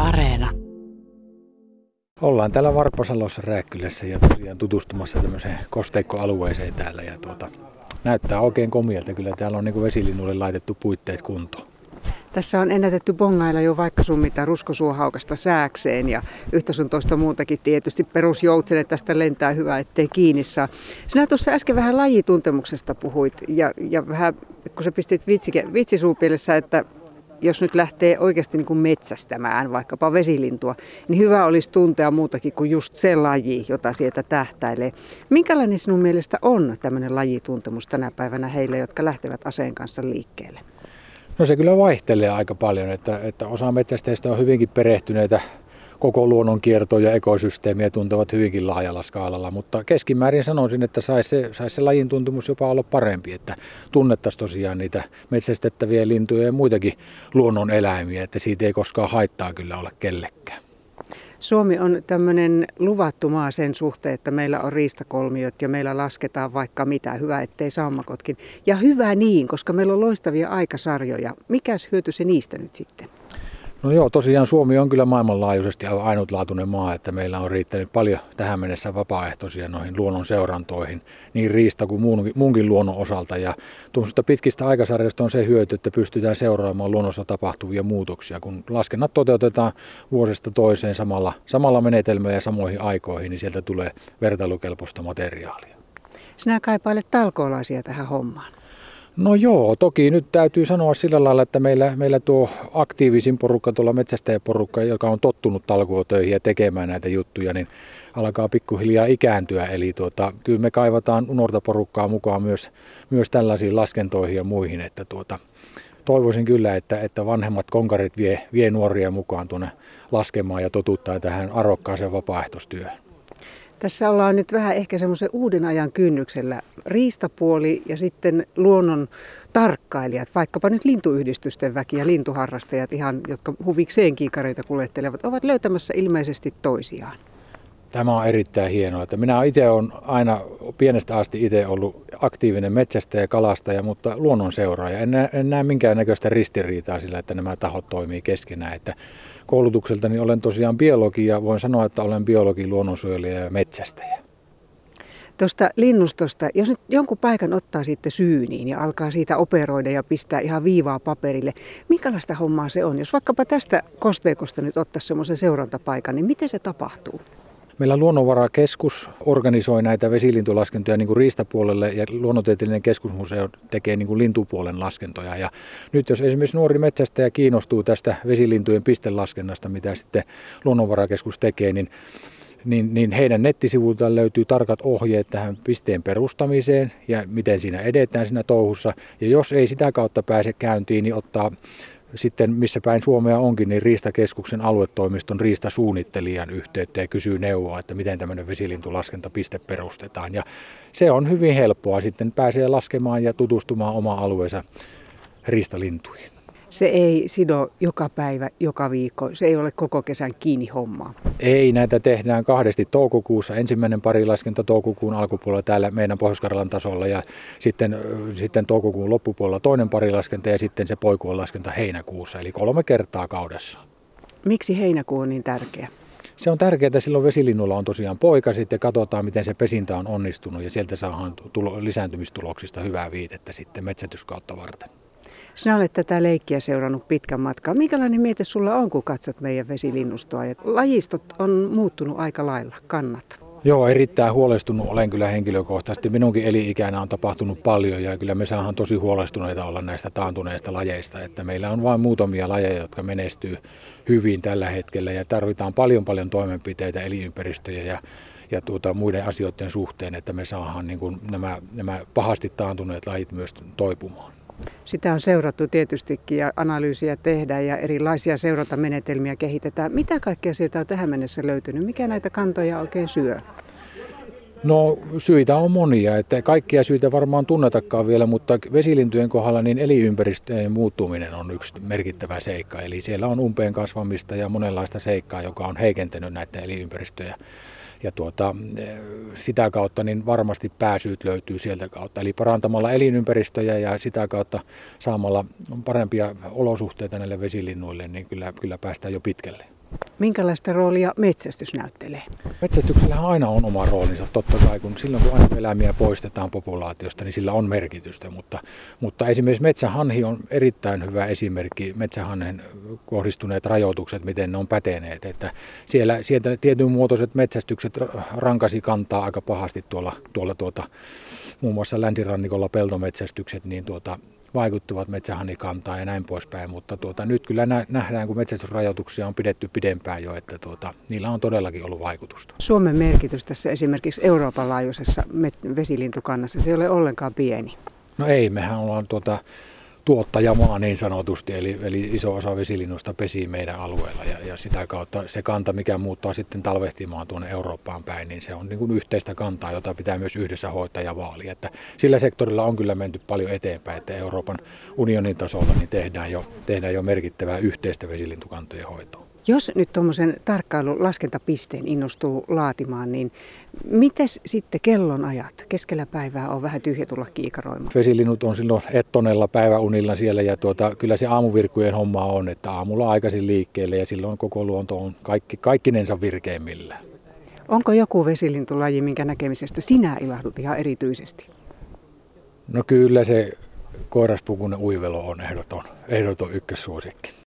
Areena. Ollaan täällä Varppasalossa Rääkkylässä ja tosiaan tutustumassa tämmöiseen kosteikkoalueeseen täällä. Ja näyttää oikein komialta. Kyllä täällä on niin vesilinnuille laitettu puitteet kuntoon. Tässä on ennätetty bongailla jo vaikka sun mitä ruskosuohaukasta sääkseen ja yhtä sun toista muutakin tietysti perusjoutsenet tästä lentää hyvä ettei kiinni saa. Sinä tuossa äsken vähän lajituntemuksesta puhuit ja vähän kun sä pistit vitsisuupielessä, että jos nyt lähtee oikeasti niin kuin metsästämään vaikkapa vesilintua, niin hyvä olisi tuntea muutakin kuin just se laji, jota sieltä tähtäilee. Minkälainen sinun mielestä on tämmöinen lajituntemus tänä päivänä heille, jotka lähtevät aseen kanssa liikkeelle? No se kyllä vaihtelee aika paljon, että osa metsästäjistä on hyvinkin perehtyneitä koko luonnon kiertoon ja ekosysteemiä tuntevat hyvinkin laajalla skaalalla, mutta keskimäärin sanoisin, että saisi se lajin tuntemus jopa olla parempi, että tunnettaisiin tosiaan niitä metsästettäviä lintuja ja muitakin luonnon eläimiä, että siitä ei koskaan haittaa kyllä ole kellekään. Suomi on tämmöinen luvattu maa sen suhteen, että meillä on riistakolmiot ja meillä lasketaan vaikka mitä, hyvä ettei sammakotkin. Ja hyvä niin, koska meillä on loistavia aikasarjoja. Mikäs hyöty se niistä nyt sitten? No joo, tosiaan Suomi on kyllä maailmanlaajuisesti aivan ainutlaatuinen maa, että meillä on riittänyt paljon tähän mennessä vapaaehtoisia noihin luonnon seurantoihin, niin riista kuin muunkin luonnon osalta. Ja tuollaisesta pitkistä aikasarjoista on se hyöty, että pystytään seuraamaan luonnossa tapahtuvia muutoksia. Kun laskennat toteutetaan vuodesta toiseen samalla menetelmällä ja samoihin aikoihin, niin sieltä tulee vertailukelpoista materiaalia. Sinä kaipailet talkoolaisia tähän hommaan. No joo, toki nyt täytyy sanoa sillä lailla, että meillä tuo aktiivisin porukka, tuolla metsästäjäporukka, joka on tottunut talkootöihin ja tekemään näitä juttuja, niin alkaa pikkuhiljaa ikääntyä. Eli kyllä me kaivataan nuorta porukkaa mukaan myös tällaisiin laskentoihin ja muihin. Että toivoisin kyllä, että vanhemmat konkarit vie nuoria mukaan tuonne laskemaan ja totuttaa tähän arvokkaaseen vapaaehtoistyöhön. Tässä ollaan nyt vähän ehkä semmoisen uuden ajan kynnyksellä. Riistapuoli ja sitten luonnon tarkkailijat, vaikkapa nyt lintuyhdistysten väki ja lintuharrastajat, ihan, jotka huvikseen kiikareita kuljettelevat, ovat löytämässä ilmeisesti toisiaan. Tämä on erittäin hienoa. Että minä itse olen aina pienestä asti itse ollut aktiivinen metsästäjä ja kalastaja, mutta luonnon seuraaja. En näe minkäännäköistä ristiriitaa sillä, että nämä tahot toimii keskenään. Että koulutukseltani olen tosiaan biologi ja voin sanoa, että olen biologi, luonnonsuojelija ja metsästäjä. Tuosta linnustosta, jos nyt jonkun paikan ottaa sitten syyniin ja alkaa siitä operoida ja pistää ihan viivaa paperille, minkälaista hommaa se on? Jos vaikkapa tästä kosteikosta nyt ottaisi semmoisen seurantapaikan, niin miten se tapahtuu? Meillä Luonnonvarakeskus organisoi näitä vesilintulaskentoja niin kuin riistapuolelle ja Luonnontieteellinen keskusmuseo tekee niin kuin lintupuolen laskentoja. Ja nyt jos esimerkiksi nuori metsästäjä kiinnostuu tästä vesilintujen pistelaskennasta, mitä sitten Luonnonvarakeskus tekee, niin heidän nettisivuiltaan löytyy tarkat ohjeet tähän pisteen perustamiseen ja miten siinä edetään siinä touhussa. Ja jos ei sitä kautta pääse käyntiin, niin ottaa sitten missä päin Suomea onkin, niin Riistakeskuksen aluetoimiston riistasuunnittelijan yhteyttä ja kysyy neuvoa, että miten tämmöinen vesilintulaskentapiste perustetaan. Ja se on hyvin helppoa, sitten pääsee laskemaan ja tutustumaan omaan alueensa riistalintuihin. Se ei sido joka päivä, joka viikko, se ei ole koko kesän kiinni hommaa. Ei, näitä tehdään 2 toukokuussa. Ensimmäinen parilaskenta toukokuun alkupuolella täällä meidän Pohjois-Karjalan tasolla ja sitten toukokuun loppupuolella toinen parilaskenta ja sitten se poikuon laskenta heinäkuussa, eli 3 kertaa kaudessa. Miksi heinäkuu on niin tärkeä? Se on tärkeää, silloin vesilinnulla on tosiaan poika, sitten katsotaan miten se pesintä on onnistunut ja sieltä saadaan lisääntymistuloksista hyvää viitettä sitten metsätyskautta varten. Sinä olet tätä leikkiä seurannut pitkän matkaa. Minkälainen miete sulla on, kun katsot meidän vesilinnustoa? Lajistot on muuttunut aika lailla, kannat. Joo, erittäin huolestunut olen kyllä henkilökohtaisesti. Minunkin eli-ikänä on tapahtunut paljon ja kyllä me saadaan tosi huolestuneita olla näistä taantuneista lajeista. Että meillä on vain muutamia lajeja, jotka menestyy hyvin tällä hetkellä ja tarvitaan paljon toimenpiteitä elinympäristöjä ja muiden asioiden suhteen, että me saadaan niin kuin nämä pahasti taantuneet lajit myös toipumaan. Sitä on seurattu tietystikin ja analyysiä tehdään ja erilaisia seurantamenetelmiä kehitetään. Mitä kaikkea sieltä on tähän mennessä löytynyt? Mikä näitä kantoja oikein syö? No syitä on monia, että kaikkia syitä varmaan tunnetakaan vielä, mutta vesilintujen kohdalla niin elinympäristöjen muuttuminen on yksi merkittävä seikka. Eli siellä on umpeen kasvamista ja monenlaista seikkaa, joka on heikentänyt näitä elinympäristöjä. Ja sitä kautta niin varmasti pääsyyt löytyy sieltä kautta. Eli parantamalla elinympäristöjä ja sitä kautta saamalla parempia olosuhteita näille vesilinnuille, niin kyllä päästään jo pitkälle. Minkälaista roolia metsästys näyttelee? Metsästyksellähän aina on oma roolinsa, totta kai, kun silloin kun aina eläimiä poistetaan populaatiosta, niin sillä on merkitystä, mutta esimerkiksi metsähanhi on erittäin hyvä esimerkki, metsähanhen kohdistuneet rajoitukset, miten ne on päteneet, että sieltä tietyn muotoiset metsästykset rankasi kantaa aika pahasti tuolla muun muassa länsirannikolla peltometsästykset, niin vaikuttuvat metsähanhikantaan ja näin poispäin, mutta nyt kyllä nähdään, kun metsästysrajoituksia on pidetty pidempään jo, että niillä on todellakin ollut vaikutusta. Suomen merkitys tässä esimerkiksi Euroopan laajuisessa vesilintukannassa, se ei ole ollenkaan pieni. No ei, mehän ollaan tuottajamaa niin sanotusti, eli iso osa vesilinnusta pesii meidän alueella ja sitä kautta se kanta, mikä muuttaa sitten talvehtimaan tuonne Eurooppaan päin, niin se on niin kuin yhteistä kantaa, jota pitää myös yhdessä hoitaa ja vaalia. Että sillä sektorilla on kyllä menty paljon eteenpäin, että Euroopan unionin tasolla niin tehdään jo merkittävää yhteistä vesilintukantojen hoitoa. Jos nyt tuommoisen tarkkailu-laskentapisteen innostuu laatimaan, niin mites sitten kellonajat? Keskellä päivää on vähän tyhjä tulla kiikaroimaan. Vesilinnut on silloin ettonella päiväunilla siellä ja kyllä se aamuvirkujen homma on, että aamulla aikaisin liikkeelle ja silloin koko luonto on kaikkinensa virkeimmillään. Onko joku vesilintulaji, minkä näkemisestä sinä ilahdut ihan erityisesti? No kyllä se koiraspukuinen uivelo on ehdoton ykkössuosikki.